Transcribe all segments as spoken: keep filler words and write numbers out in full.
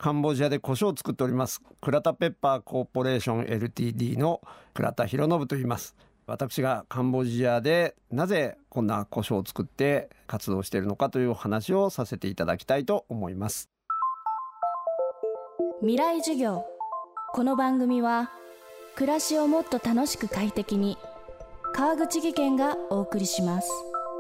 カンボジアで胡椒を作っております倉田ペッパーコーポレーション エルティーディー の倉田博信と言います。私がカンボジアでなぜこんな胡椒を作って活動しているのかというお話をさせていただきたいと思います。 未来授業。この番組は暮らしをもっと楽しく快適に、川口義賢がお送りします。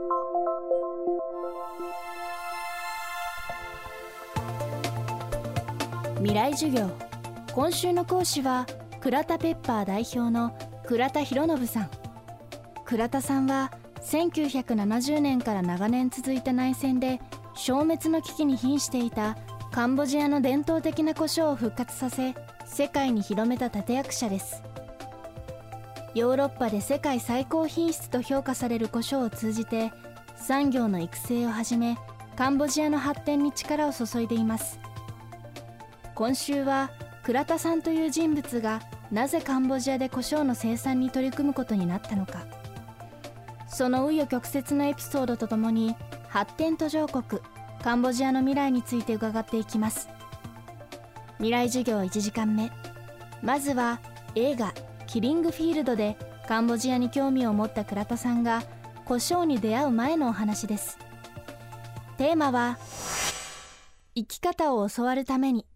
未来授業。今週の講師は倉田ペッパー代表の倉田博信さん。倉田さんはせんきゅうひゃくななじゅうねんから長年続いた内戦で消滅の危機に瀕していたカンボジアの伝統的な胡椒を復活させ、世界に広めた立役者です。ヨーロッパで世界最高品質と評価される胡椒を通じて産業の育成をはじめ、カンボジアの発展に力を注いでいます。今週は倉田さんという人物がなぜカンボジアで胡椒の生産に取り組むことになったのか、その紆余曲折のエピソードとともに発展途上国カンボジアの未来について伺っていきます。未来授業いちじかんめ、まずは映画キリングフィールドでカンボジアに興味を持った倉田さんが胡椒に出会う前のお話です。テーマは生き方を教わるために。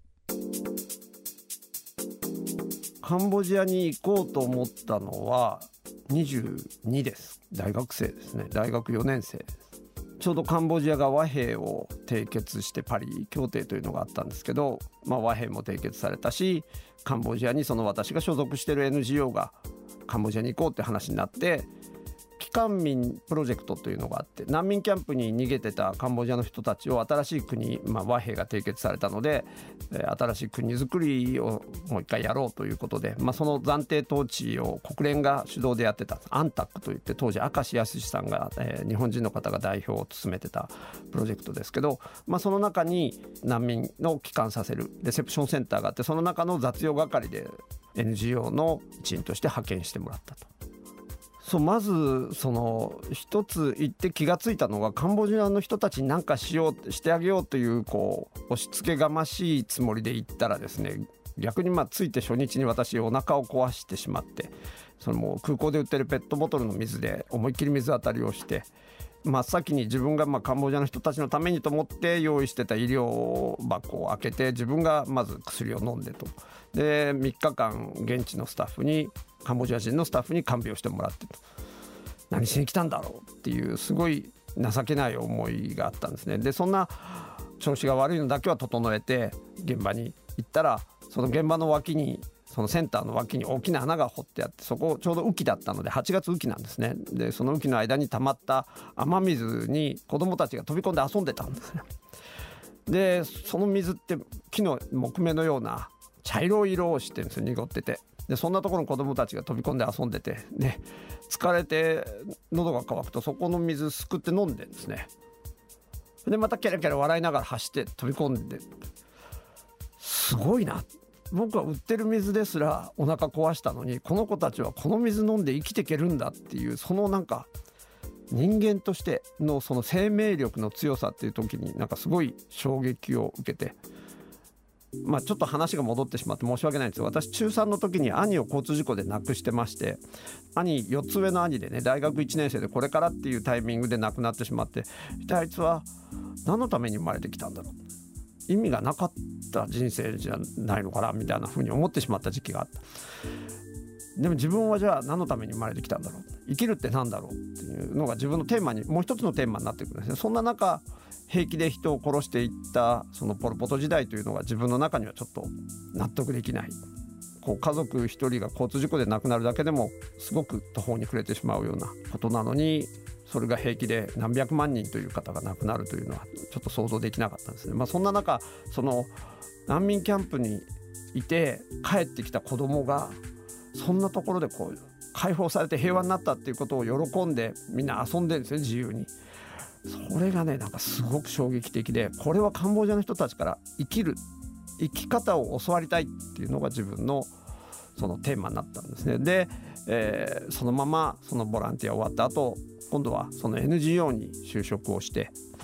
カンボジアに行こうと思ったのはにじゅうにです。大学生ですね。大学よねん生です。ちょうどカンボジアが和平を締結してパリ協定というのがあったんですけど、まあ、和平も締結されたし、カンボジアにその私が所属している エヌジーオー がカンボジアに行こうって話になって、帰還民プロジェクトというのがあって、難民キャンプに逃げてたカンボジアの人たちを新しい国、まあ、和平が締結されたので、新しい国づくりをもう一回やろうということで、まあ、その暫定統治を国連が主導でやってたアンタックといって、当時明石康さんが、えー、日本人の方が代表を務めてたプロジェクトですけど、まあ、その中に難民の帰還させるレセプションセンターがあって、その中の雑用係で エヌジーオー の一員として派遣してもらったと。そうまずその一つ言って気がついたのが、カンボジアの人たちに何かしようしてあげようというこう押し付けがましいつもりで行ったらですね、逆にまあ着いて初日に私お腹を壊してしまって、そのもう空港で売ってるペットボトルの水で思いっきり水当たりをして、真っ先に自分がまあカンボジアの人たちのためにと思って用意してた医療箱を開けて、自分がまず薬を飲んでと、でみっかかん現地のスタッフにカンボジア人のスタッフに看病してもらってと、何しに来たんだろうっていうすごい情けない思いがあったんですね。でそんな調子が悪いのだけは整えて現場に行ったら、その現場の脇にそのセンターの脇に大きな穴が掘ってあって、そこちょうど雨季だったのではちがつ雨季なんですね。でその雨季の間に溜まった雨水に子どもたちが飛び込んで遊んでたんですね。でその水って木の木目のような茶色い色をしてるんですよ、濁ってて。でそんなところに子どもたちが飛び込んで遊んでて、で疲れて喉が渇くとそこの水すくって飲んでるんですね。でまたキャラキャラ笑いながら走って飛び込んで、すごいな、僕は売ってる水ですらお腹壊したのに、この子たちはこの水飲んで生きていけるんだっていう、そのなんか人間としてのその生命力の強さっていう時になんかすごい衝撃を受けて、まあ、ちょっと話が戻ってしまって申し訳ないんですけど、私中さんの時に兄を交通事故で亡くしてまして、兄よっつ上の兄でね、大学いちねん生でこれからっていうタイミングで亡くなってしまって、一体あいつは何のために生まれてきたんだろう、意味がなかった人生じゃないのかなみたいな風に思ってしまった時期があった。でも自分はじゃあ何のために生まれてきたんだろう、生きるって何だろうっていうのが自分のテーマに、もう一つのテーマになってくるんですね。そんな中平気で人を殺していったそのポル・ポト時代というのが自分の中にはちょっと納得できない。こう家族一人が交通事故で亡くなるだけでもすごく途方に暮れてしまうようなことなのに、それが平気で何百万人という方が亡くなるというのはちょっと想像できなかったんですね。まあ、そんな中、その難民キャンプにいて帰ってきた子供がそんなところでこう解放されて平和になったっていうことを喜んでみんな遊んでるんですね、自由に。それがね、なんかすごく衝撃的で、これはカンボジアの人たちから生きる生き方を教わりたいっていうのが自分のそのテーマになったんですね。で、えー、そのままそのボランティア終わった後、今度はその エヌジーオー に就職をして、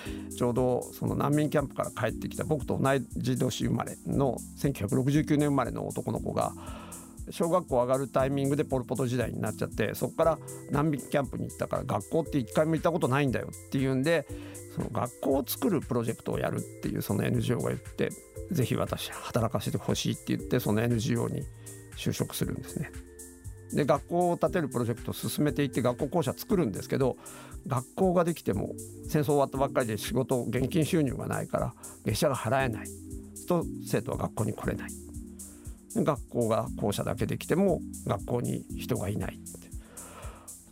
ちょうどその難民キャンプから帰ってきた僕と同じ年生まれのせんきゅうひゃくろくじゅうきゅうねん生まれの男の子が小学校上がるタイミングでポルポト時代になっちゃって、そこから難民キャンプに行ったから学校って一回も行ったことないんだよっていうんで、その学校を作るプロジェクトをやるっていうその エヌジーオー が言って、ぜひ私働かせてほしいって言ってその エヌジーオー に就職するんですね。で学校を建てるプロジェクトを進めていって学校校舎作るんですけど、学校ができても戦争終わったばっかりで仕事現金収入がないから月謝が払えないと生徒は学校に来れない。学校が校舎だけできても学校に人がいないって。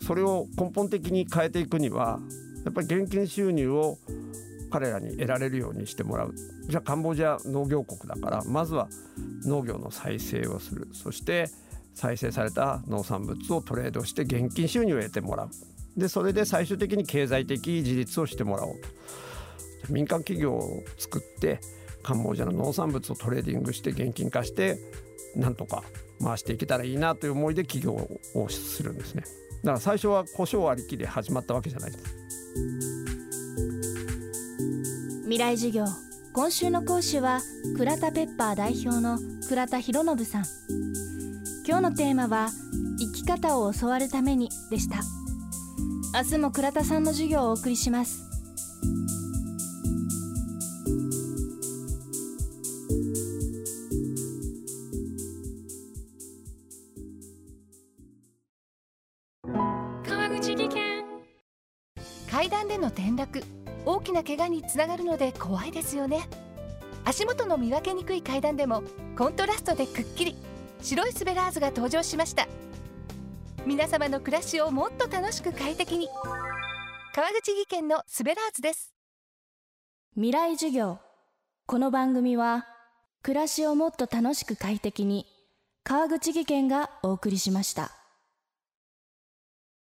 それを根本的に変えていくにはやっぱり現金収入を彼らに得られるようにしてもらう。じゃあカンボジア農業国だからまずは農業の再生をする。そして再生された農産物をトレードして現金収入を得てもらう。でそれで最終的に経済的自立をしてもらおうと。民間企業を作ってカンボジアの農産物をトレーディングして現金化してなんとか回していけたらいいなという思いで起業をするんですね。だから最初は胡椒ありきで始まったわけじゃないです。 未来授業、今週の講師は倉田ペッパー代表の倉田博信さん。今日のテーマは生き方を教わるためにでした。明日も倉田さんの授業をお送りします。 川口技研。階段での転落、大きな怪我につながるので怖いですよね。足元の見分けにくい階段でもコントラストでくっきり白いスベラーズが登場しました。皆様の暮らしをもっと楽しく快適に、川口技研のスベラーズです。 未来授業、この番組は暮らしをもっと楽しく快適に川口技研がお送りしました。